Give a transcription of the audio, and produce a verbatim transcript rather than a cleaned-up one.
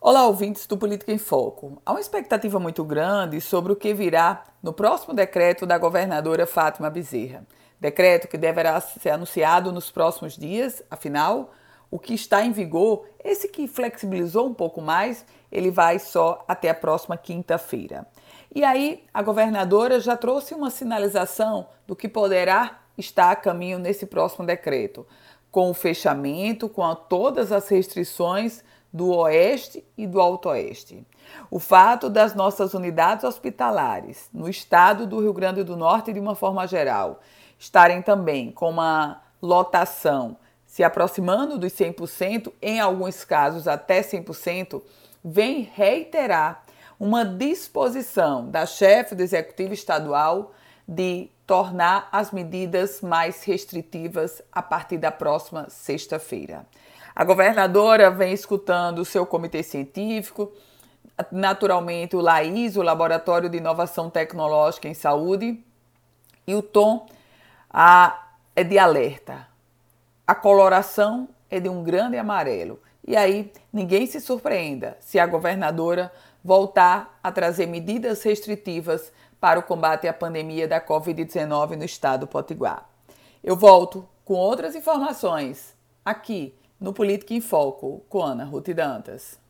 Olá, ouvintes do Política em Foco. Há uma expectativa muito grande sobre o que virá no próximo decreto da governadora Fátima Bezerra. Decreto que deverá ser anunciado nos próximos dias, afinal, o que está em vigor, esse que flexibilizou um pouco mais, ele vai só até a próxima quinta-feira. E aí, a governadora já trouxe uma sinalização do que poderá estar a caminho nesse próximo decreto, com o fechamento, com a, todas as restrições do Oeste e do Alto Oeste. O fato das nossas unidades hospitalares no estado do Rio Grande do Norte, de uma forma geral, estarem também com uma lotação se aproximando dos cem por cento, em alguns casos até cem por cento, vem reiterar uma disposição da chefe do Executivo Estadual de tornar as medidas mais restritivas a partir da próxima sexta-feira. A governadora vem escutando o seu comitê científico, naturalmente o LAIS, o Laboratório de Inovação Tecnológica em Saúde, e o tom a, é de alerta. A coloração é de um grande amarelo. E aí, ninguém se surpreenda se a governadora voltar a trazer medidas restritivas para o combate à pandemia da covid dezenove no estado do Potiguar. Eu volto com outras informações aqui no Política em Foco com Ana Ruth Dantas.